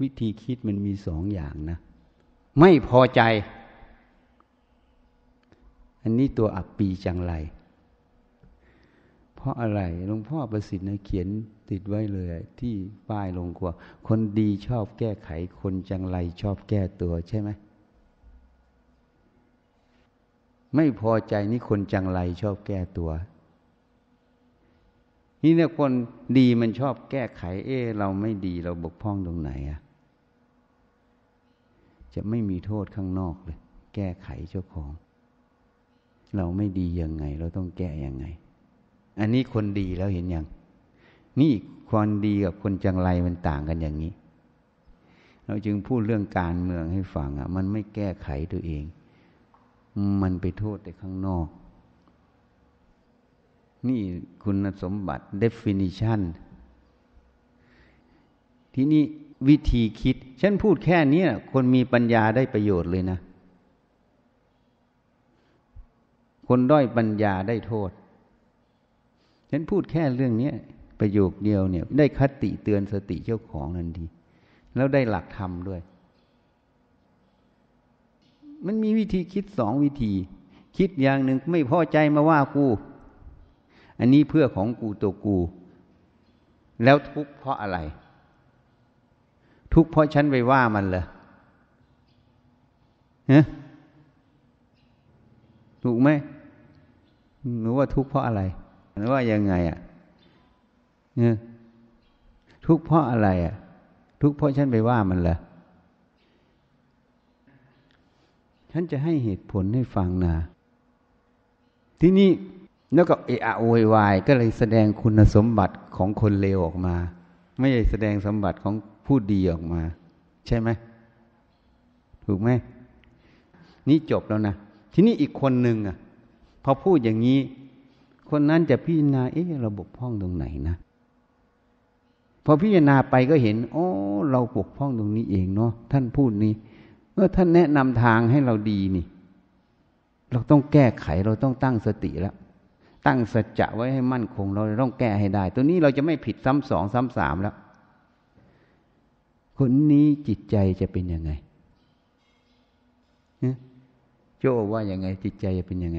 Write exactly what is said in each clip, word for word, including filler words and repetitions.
วิธีคิดมันมีสองอย่างนะไม่พอใจอันนี้ตัวอัปปีจังไรเพราะอะไรหลวงพ่อประสิทธิ์นะเขียนติดไว้เลยที่ป้ายลงครัวคนดีชอบแก้ไขคนจังไรชอบแก้ตัวใช่ไหมไม่พอใจนี่คนจังไรชอบแก้ตัวนี่เนี่ยคนดีมันชอบแก้ไขเอ๊ะเราไม่ดีเราบกพร่องตรงไหนอะจะไม่มีโทษข้างนอกเลยแก้ไขเจ้าของเราไม่ดียังไงเราต้องแก้ยังไงอันนี้คนดีแล้วเห็นยังนี่คนดีกับคนจังไรมันต่างกันอย่างนี้เราจึงพูดเรื่องการเมืองให้ฟังอ่ะมันไม่แก้ไขตัวเองมันไปโทษแต่ข้างนอกนี่คุณสมบัติ definition ที่นี่วิธีคิดฉันพูดแค่นี้คนมีปัญญาได้ประโยชน์เลยนะคนด้อยปัญญาได้โทษฉันพูดแค่เรื่องนี้ประโยคเดียวเนี่ยได้คติเตือนสติเจ้าของทันทีแล้วได้หลักธรรมด้วยมันมีวิธีคิดสองวิธีคิดอย่างหนึ่งไม่พอใจมาว่ากูอันนี้เพื่อของกูตัวกูแล้วทุกข์เพราะอะไรทุกข์เพราะฉันไปว่ามันเหรอฮะถูกไหมหนูว่าทุกข์เพราะอะไรหรือว่ายังไงอ่ะเนี่ยทุกข์เพราะอะไรอ่ะทุกข์เพราะฉันไปว่ามันเหรอฉันจะให้เหตุผลให้ฟังนะที่นี่แล้วก็เอะอะโวยวายก็เลยแสดงคุณสมบัติของคนเลวออกมาไม่ใช่แสดงสมบัติของผู้ดีออกมาใช่ไหมถูกไหมนี่จบแล้วนะทีนี้อีกคนหนึ่งอ่ะพอพูดอย่างนี้คนนั้นจะพิจารณาเอ๊ะเราบกพร่องตรงไหนนะพอพิจารณาไปก็เห็นโอ้เราบกพร่องตรงนี้เองเนาะท่านพูดนี้เมื่อท่านแนะนำทางให้เราดีนี่เราต้องแก้ไขเราต้องตั้งสติแล้วตั้งสัจจะไว้ให้มั่นคงเราต้องแก้ให้ได้ตัวนี้เราจะไม่ผิดซ้ำสองซ้ำสามแล้วคนนี้จิตใจจะเป็นยังไงโจ้ว่ายังไงจิตใจจะเป็นยังไง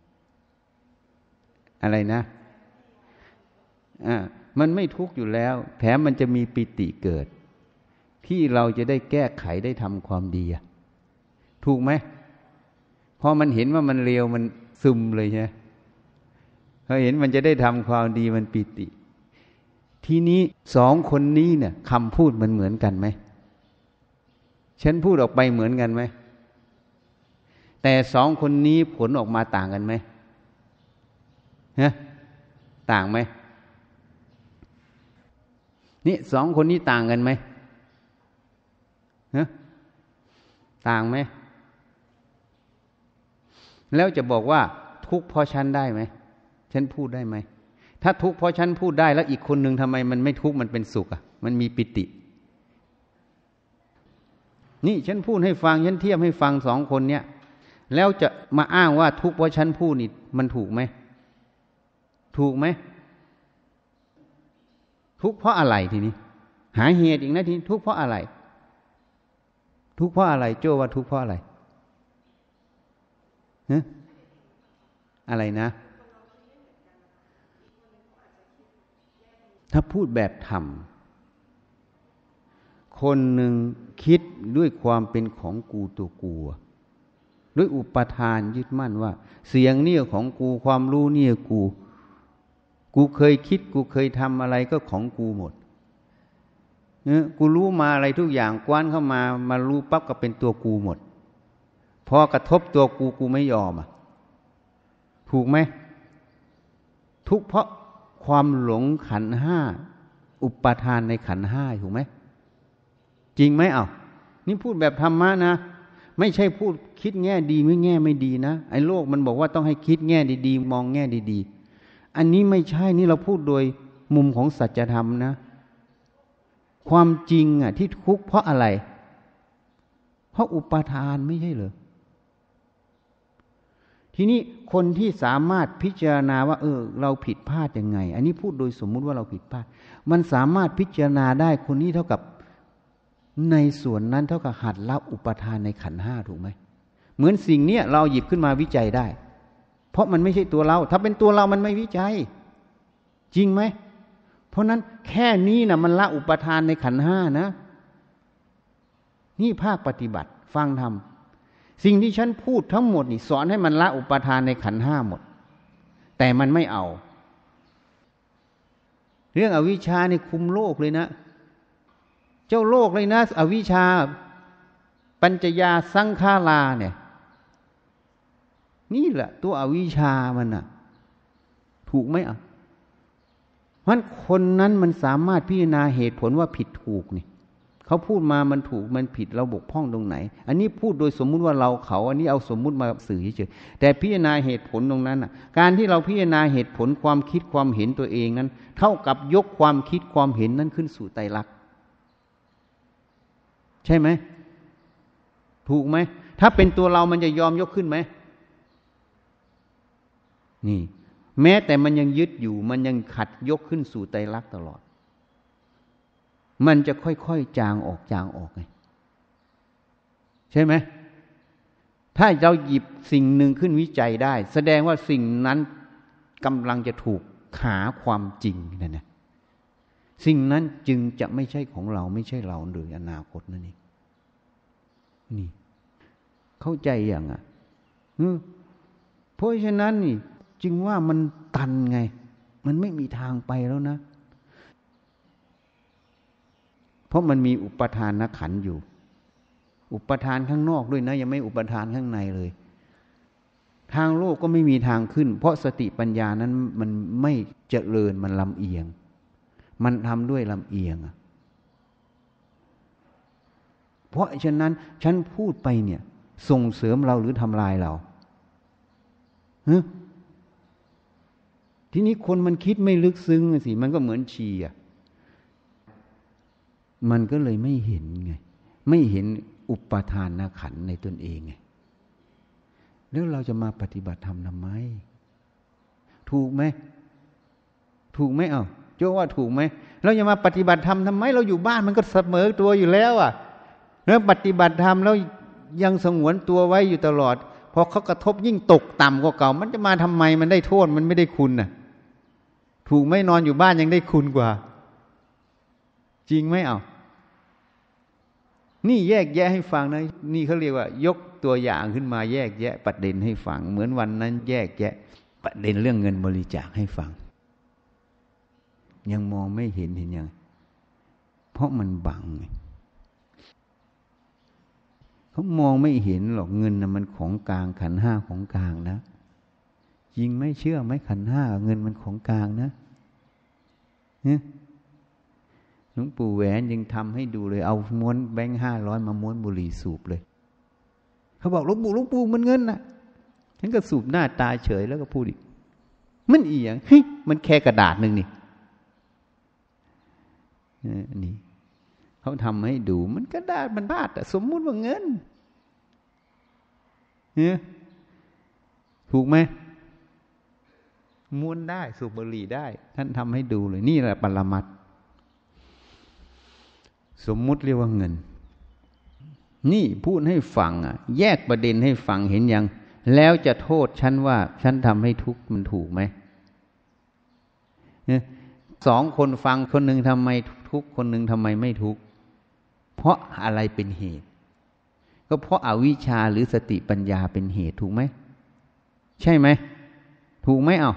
อะไรนะอ่ามันไม่ทุกข์อยู่แล้วแถมมันจะมีปิติเกิดที่เราจะได้แก้ไขได้ทำความดีถูกไหมพอมันเห็นว่ามันเลวมันซึมเลยใช่ไหมพอเห็นมันจะได้ทำความดีมันปิติทีนี้สองคนนี้เนี่ยคำพูดมันเหมือนกันไหมฉันพูดออกไปเหมือนกันไหมแต่สองคนนี้ผลออกมาต่างกันไหมฮะต่างไหมนี่สองคนนี้ต่างกันไหมฮะต่างไหมแล้วจะบอกว่าทุกข์เพราะฉันได้ไหมฉันพูดได้ไหมถ้าทุกข์เพราะฉันพูดได้แล้วอีกคนหนึ่งทำไมมันไม่ทุกข์มันเป็นสุขอ่ะมันมีปิตินี่ฉันพูดให้ฟังฉันเทียบให้ฟังสองคนเนี้ยแล้วจะมาอ้างว่าทุกข์เพราะฉันพูดนี่มันถูกไหมถูกไหมทุกข์เพราะอะไรทีนี้หาเหตุอีกนะทีทุกข์เพราะอะไรทุกข์เพราะอะไรโจ้ว่าทุกข์เพราะอะไรฮะอะไรนะถ้าพูดแบบธรรมคนหนึ่งคิดด้วยความเป็นของกูตัวกูด้วยอุปทานยึดมั่นว่าเสียงนี่ของกูความรู้นี่กูกูเคยคิดกูเคยทำอะไรก็ของกูหมดเนี่ยกูรู้มาอะไรทุกอย่างกว้านเข้ามามารู้ปั๊บก็เป็นตัวกูหมดพอกระทบตัวกูกูไม่ยอมอ่ะถูกไหมทุกเพราะความหลงขันธ์ห้าอุปทานในขันธ์ห้าถูกไหมจริงไหมเอ้านี่พูดแบบธรรมะนะไม่ใช่พูดคิดแง่ดีไม่แง่ไม่ดีนะไอ้โลกมันบอกว่าต้องให้คิดแง่ดีๆมองแง่ดีๆอันนี้ไม่ใช่นี่เราพูดโดยมุมของสัจธรรมนะความจริงอ่ะที่ทุกข์เพราะอะไรเพราะอุปทานไม่ใช่เหรอทีนี้คนที่สามารถพิจารณาว่าเออเราผิดพลาดยังไงอันนี้พูดโดยสมมุติว่าเราผิดพลาดมันสามารถพิจารณาได้คนนี้เท่ากับในส่วนนั้นเท่ากับหัดละอุปทานในขันธ์ห้าถูกไหมเหมือนสิ่งเนี้ยเราหยิบขึ้นมาวิจัยได้เพราะมันไม่ใช่ตัวเราถ้าเป็นตัวเรามันไม่วิจัยจริงไหมเพราะนั้นแค่นี้นะมันละอุปทานในขันธ์ห้านะนี่ภาคปฏิบัติฟังธรรมสิ่งที่ฉันพูดทั้งหมดนี่สอนให้มันละอุปทานในขันธ์ห้าหมดแต่มันไม่เอาเรื่องอวิชชานี่คุมโลกเลยนะเจ้าโลกเลยนะอวิชชาปัญจยาสังขาราเนี่ยนี่แหละตัวอวิชชามันน่ะถูกไหมอ่ะเพราะคนนั้นมันสามารถพิจารณาเหตุผลว่าผิดถูกนี่เขาพูดมามันถูกมันผิดเราบกพร่องตรงไหนอันนี้พูดโดยสมมุติว่าเราเขาอันนี้เอาสมมุติมาสื่อเฉยๆแต่พิจารณาเหตุผลตรงนั้นน่ะการที่เราพิจารณาเหตุผลความคิดความเห็นตัวเองนั้นเท่ากับยกความคิดความเห็นนั้นขึ้นสู่ไตรลักษณ์ใช่ไหมถูกไหมถ้าเป็นตัวเรามันจะยอมยกขึ้นไหมนี่แม้แต่มันยังยึดอยู่มันยังขัดยกขึ้นสู่ไตรลักษณ์ตลอดมันจะค่อยๆจางออกจางออกไงใช่ไหมถ้าเราหยิบสิ่งหนึ่งขึ้นวิจัยได้แสดงว่าสิ่งนั้นกำลังจะถูกหาความจริงนั่นนะสิ่งนั้นจึงจะไม่ใช่ของเราไม่ใช่เราหรืออนาคตนั่นเองนี่เข้าใจอย่างอ่ะเพราะฉะนั้นนี่จึงว่ามันตันไงมันไม่มีทางไปแล้วนะเพราะมันมีอุปทานขันธ์อยู่อุปทานข้างนอกด้วยนะยังไม่อุปทานข้างในเลยทางโลกก็ไม่มีทางขึ้นเพราะสติปัญญานั้นมันไม่เจริญมันลำเอียงมันทำด้วยลำเอียงอ่ะเพราะฉะนั้นฉันพูดไปเนี่ยส่งเสริมเราหรือทำลายเราฮะทีนี้คนมันคิดไม่ลึกซึ้งสิมันก็เหมือนชีอ่ะมันก็เลยไม่เห็นไงไม่เห็นอุปทานขันธ์ในตนเองไงแล้วเราจะมาปฏิบัติธรรมทำไมถูกไหมถูกไหมเอ้าโจ้ว่าถูกไหมเราจะมาปฏิบัติธรรมทำไมเราอยู่บ้านมันก็เสมอตัวอยู่แล้วอ่ะแล้วปฏิบัติธรรมแล้วยังสงวนตัวไว้อยู่ตลอดพอเขากระทบยิ่งตกต่ำกว่าเก่ามันจะมาทำไมมันได้โทษมันไม่ได้คุณน่ะถูกไหมนอนอยู่บ้านยังได้คุณกว่าจริงไหมเอ้านี่แยกแยะให้ฟังนะนี่เขาเรียกว่ายกตัวอย่างขึ้นมาแยกแยะประเด็นให้ฟังเหมือนวันนั้นแยกแยะประเด็นเรื่องเงินบริจาคให้ฟังยังมองไม่เห็นเห็นยังเพราะมันบังเขามองไม่เห็นหรอกเงินนะมันของกลางขันธ์ห้าของกลางนะจริงไม่เชื่อไหมขันธ์ห้าเงินมันของกลางนะเนี่ยหลวงปู่แหวนยังทำให้ดูเลยเอาม้วนแบงค์ห้าร้อยมาม้วนบุหรี่สูบเลยเขาบอกหลวงปู่หลวงปู่มันเงินนะฉันก็สูบหน้าตาเฉยแล้วก็พูดอีกมันเอียงเฮ้ยมันแค่กระดาษหนึ่งนี่นี่เขาทำให้ดูมันกระดาษมันบาดแต่สมมุติว่าเงินเนี่ยถูกไหมม้วนได้สูบบุหรี่ได้ท่านทำให้ดูเลยนี่แหละปรมัตถ์สมมุติเรียกว่าเงินนี่พูดให้ฟังอ่ะแยกประเด็นให้ฟังเห็นยังแล้วจะโทษฉันว่าฉันทำให้ทุกข์มันถูกไหมเนี่ยสองคนฟังคนหนึ่งทำไมทุกข์คนหนึ่งทำไมไม่ทุกข์เพราะอะไรเป็นเหตุก็เพราะอวิชชาหรือสติปัญญาเป็นเหตุถูกไหมใช่ไหมถูกไหมเอ้า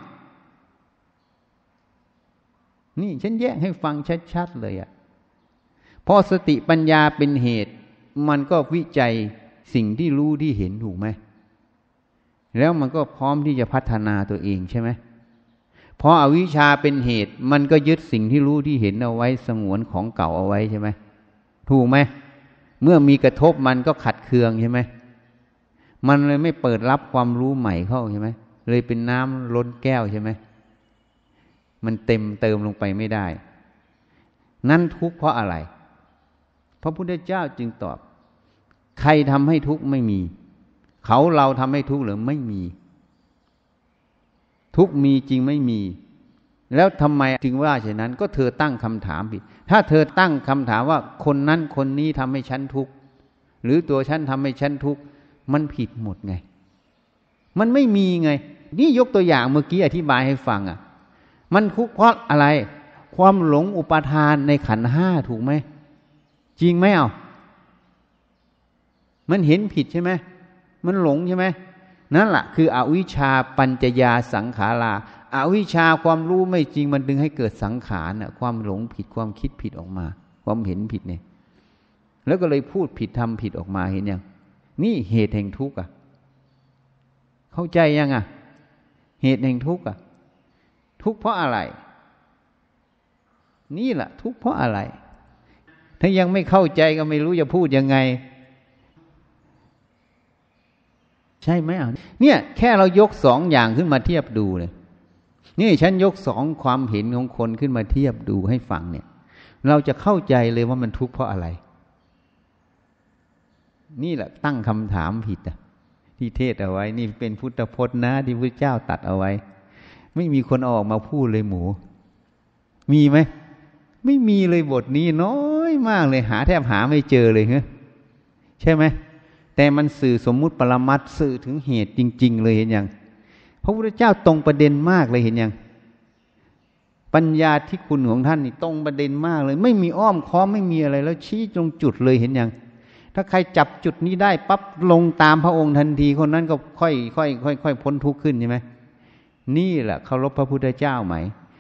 นี่ฉันแยกให้ฟังชัดๆเลยอ่ะพอสติปัญญาเป็นเหตุมันก็วิจัยสิ่งที่รู้ที่เห็นถูกไหมแล้วมันก็พร้อมที่จะพัฒนาตัวเองใช่ไหมพออวิชชาเป็นเหตุมันก็ยึดสิ่งที่รู้ที่เห็นเอาไว้สงวนของเก่าเอาไว้ใช่ไหมถูกไหมเมื่อมีกระทบมันก็ขัดเคืองใช่ไหมมันเลยไม่เปิดรับความรู้ใหม่เข้าใช่ไหมเลยเป็นน้ำล้นแก้วใช่ไหมมันเต็มเติมลงไปไม่ได้นั่นทุกข์เพราะอะไรพระพุทธเจ้าจึงตอบใครทำให้ทุกข์ไม่มีเขาเราทำให้ทุกข์หรือไม่มีทุกข์มีจริงไม่มีแล้วทำไมถึงว่าเช่นนั้นก็เธอตั้งคำถามผิดถ้าเธอตั้งคำถามว่าคนนั้นคนนี้ทำให้ฉันทุกข์หรือตัวฉันทำให้ฉันทุกข์มันผิดหมดไงมันไม่มีไงนี่ยกตัวอย่างเมื่อกี้อธิบายให้ฟังอ่ะมันทุกข์เพราะอะไรความหลงอุปาทานในขันธ์ห้าถูกไหมจริงไหมเอา มันเห็นผิดใช่ไหมมันหลงใช่ไหมนั่นแหละคืออวิชชาปัญจยาสังขาราอวิชชาความรู้ไม่จริงมันดึงให้เกิดสังขารน่ะความหลงผิดความคิดผิดออกมาความเห็นผิดเนี่ยแล้วก็เลยพูดผิดทำผิดออกมาเห็นยังนี่เหตุแห่งทุกข์อ่ะเข้าใจยังอ่ะเหตุแห่งทุกข์อ่ะทุกข์เพราะอะไรนี่แหละทุกข์เพราะอะไรถ้ายังไม่เข้าใจก็ไม่รู้จะพูดยังไงใช่ไหมอ่ะเนี่ยแค่เรายกสองอย่างขึ้นมาเทียบดูเลยนี่ฉันยกสองความเห็นของคนขึ้นมาเทียบดูให้ฟังเนี่ยเราจะเข้าใจเลยว่ามันทุกข์เพราะอะไรนี่แหละตั้งคำถามผิดอ่ะที่เทศเอาไว้นี่เป็นพุทธพจน์นะที่พระเจ้าตัดเอาไว้ไม่มีคนเอาออกมาพูดเลยหมูมีไหมไม่มีเลยบทนี้น้อยมากเลยหาแทบหาไม่เจอเลยเฮ้ยใช่ไหมแต่มันสื่อสมมุติปรมัตถ์สื่อถึงเหตุจริงๆเลยเห็นยังพระพุทธเจ้าตรงประเด็นมากเลยเห็นยังปัญญาที่คุณของท่านนี่ตรงประเด็นมากเลยไม่มีอ้อมค้อมไม่มีอะไรแล้วชี้ตรงจุดเลยเห็นยังถ้าใครจับจุดนี้ได้ปั๊บลงตามพระองค์ทันทีคนนั้นก็ค่อยค่อยค่อยค่อยพ้นทุกข์ขึ้นใช่ไหมนี่แหละเคารพพระพุทธเจ้าไหม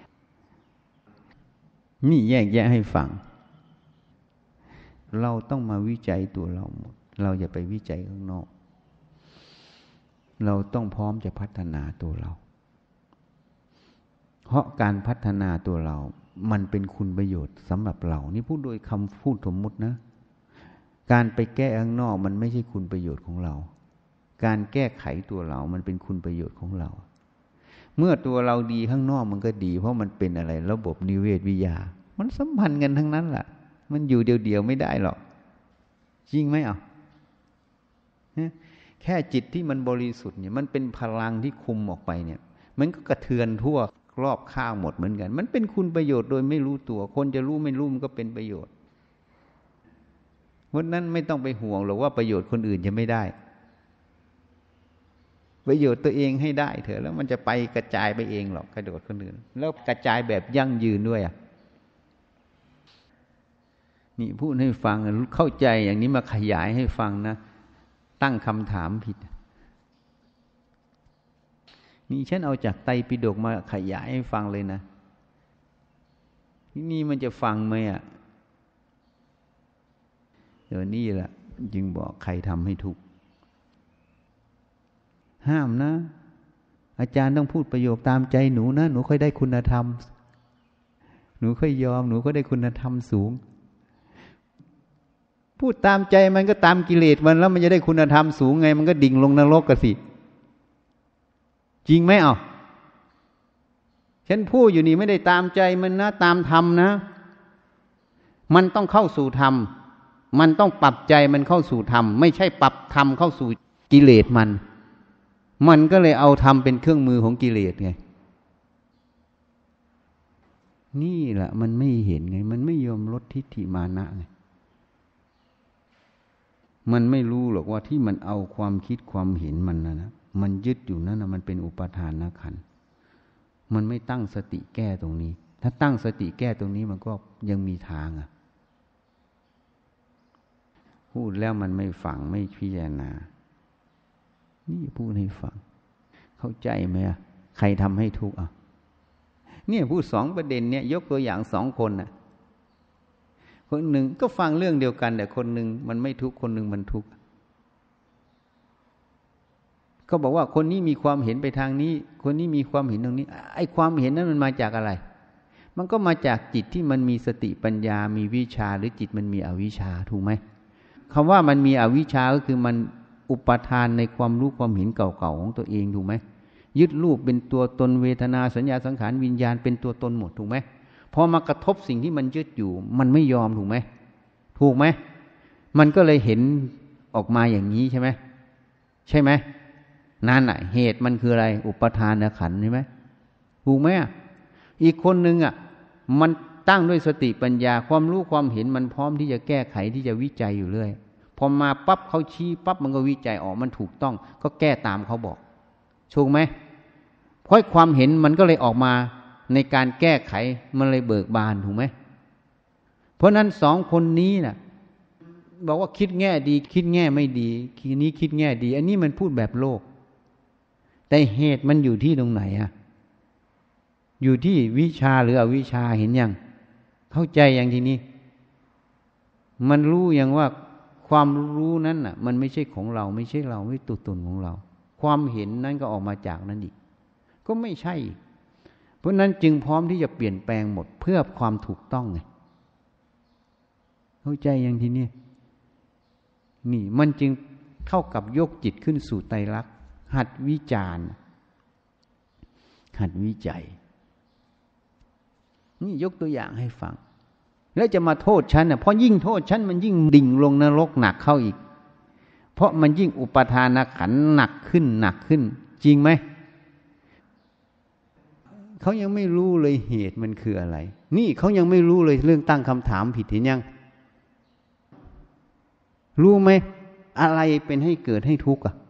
นี่แยกแยะให้ฟังเราต้องมาวิจัยตัวเราหมดเราอย่าไปวิจัยข้างนอกเราต้องพร้อมจะพัฒนาตัวเราเพราะการพัฒนาตัวเรามันเป็นคุณประโยชน์สำหรับเรานี่พูดโดยคำพูดสมมุตินะการไปแก้ข้างนอกมันไม่ใช่คุณประโยชน์ของเราการแก้ไขตัวเรามันเป็นคุณประโยชน์ของเราเมื่อตัวเราดีข้างนอกมันก็ดีเพราะมันเป็นอะไรระบบนิเวศวิทยามันสัมพันธ์กันทั้งนั้นแหละมันอยู่เดียวๆไม่ได้หรอกจริงไหมอ่ะแค่จิตที่มันบริสุทธิ์เนี่ยมันเป็นพลังที่คุมออกไปเนี่ยมันก็กระเทือนทั่วรอบข้างหมดเหมือนกันมันเป็นคุณประโยชน์โดยไม่รู้ตัวคนจะรู้ไม่รู้มันก็เป็นประโยชน์เพราะนั้นไม่ต้องไปห่วงหรอกว่าประโยชน์คนอื่นจะไม่ได้ประโยชน์ตัวเองให้ได้เถอะแล้วมันจะไปกระจายไปเองหรอกกระโดดคนอื่นแล้วกระจายแบบยั่งยืนด้วยอ่ะนี่พูดให้ฟังเข้าใจอย่างนี้มาขยายให้ฟังนะตั้งคำถามผิดนี่ฉันเอาจากไตรปิฎกมาขยายให้ฟังเลยนะที่นี่มันจะฟังไหมอ่ะเดี๋ยวนี้แหละจึงบอกใครทำให้ทุกข์ห้ามนะอาจารย์ต้องพูดประโยคตามใจหนูนะหนูค่อยได้คุณธรรมหนูค่อยยอมหนูก็ได้คุณธรรมสูงพูดตามใจมันก็ตามกิเลสมันแล้วมันจะได้คุณธรรมสูงไงมันก็ดิ่งลงนรกกันสิจริงไหมเอาฉันพูดอยู่นี่ไม่ได้ตามใจมันนะตามธรรมนะมันต้องเข้าสู่ธรรมมันต้องปรับใจมันเข้าสู่ธรรมไม่ใช่ปรับธรรมเข้าสู่กิเลสมันมันก็เลยเอาธรรมเป็นเครื่องมือของกิเลสไงนี่แหละมันไม่เห็นไงมันไม่ยอมลดทิฏฐิมานะไงมันไม่รู้หรอกว่าที่มันเอาความคิดความเห็นมันนะนะมันยึดอยู่นั่นนะมันเป็นอุปทานขันธ์มันไม่ตั้งสติแก้ตรงนี้ถ้าตั้งสติแก้ตรงนี้มันก็ยังมีทางอ่ะพูดแล้วมันไม่ฟังไม่พิจารณานี่พูดให้ฟังเข้าใจไหมอ่ะใครทำให้ทุกข์อ่ะเนี่ยพูดสองประเด็นเนี่ยยกตัวอย่างสองคนน่ะคนหนึ่งก็ฟังเรื่องเดียวกันแต่คนหนึ่งมันไม่ทุกข์คนหนึ่งมันทุกข์ก็บอกว่าคนนี้มีความเห็นไปทางนี้คนนี้มีความเห็นตรงนี้ไอ้ความเห็นนั้นมันมาจากอะไรมันก็มาจากจิตที่มันมีสติปัญญามีวิชาหรือจิตมันมีอวิชชาถูกไหมคำว่ามันมีอวิชชาก็คือมันอุปทานในความรู้ความเห็นเก่าๆของตัวเองถูกไหมยึดรูปเป็นตัวตนเวทนาสัญญาสังขารวิญญาณเป็นตัวตนหมดถูกไหมพอมากระทบสิ่งที่มันยึดอยู่มันไม่ยอมถูกไหมถูกไหมมันก็เลยเห็นออกมาอย่างนี้ใช่ไหมใช่ไหมนั่นแหละเหตุมันคืออะไรอุปทานขันธ์ใช่ไหมถูกไหมอีกคนนึงอ่ะมันตั้งด้วยสติปัญญาความรู้ความเห็นมันพร้อมที่จะแก้ไขที่จะวิจัยอยู่เรื่อยพอมาปั๊บเขาชี้ปั๊บมันก็วิจัยออกมันถูกต้องก็แก้ตามเขาบอกถูกไหมเพราะความเห็นมันก็เลยออกมาในการแก้ไขมันเลยเบิกบานถูกไหมเพราะนั้นสองคนนี้น่ะบอกว่าคิดแง่ดีคิดแง่ไม่ดีทีนี้คิดแง่ดีอันนี้มันพูดแบบโลกแต่เหตุมันอยู่ที่ตรงไหนอะอยู่ที่วิชาหรืออวิชาเห็นยังเข้าใจอย่างทีนี้มันรู้อย่างว่าความรู้นั้นน่ะมันไม่ใช่ของเราไม่ใช่เราไม่ตัวตนของเราความเห็นนั้นก็ออกมาจากนั้นอีกก็ไม่ใช่เพราะนั้นจึงพร้อมที่จะเปลี่ยนแปลงหมดเพื่อความถูกต้องไงเข้าใจอย่างทีนี้นี่มันจึงเท่ากับยกจิตขึ้นสู่ไตรลักษณ์หัดวิจารณ์หัดวิจัยนี่ยกตัวอย่างให้ฟังแล้วจะมาโทษฉันน่ะเพราะยิ่งโทษฉันมันยิ่งดิ่งลงนรกหนักเข้าอีกเพราะมันยิ่งอุปทานขันธ์หนักขึ้นหนักขึ้นจริงไหมเขายังไม่รู้เลยเหตุมันคืออะไรนี่เขายังไม่รู้เลยเรื่องตั้งคำถามผิดเห็นยังรู้ไหมอะไรเป็นให้เกิดให้ทุกข์อ่ะ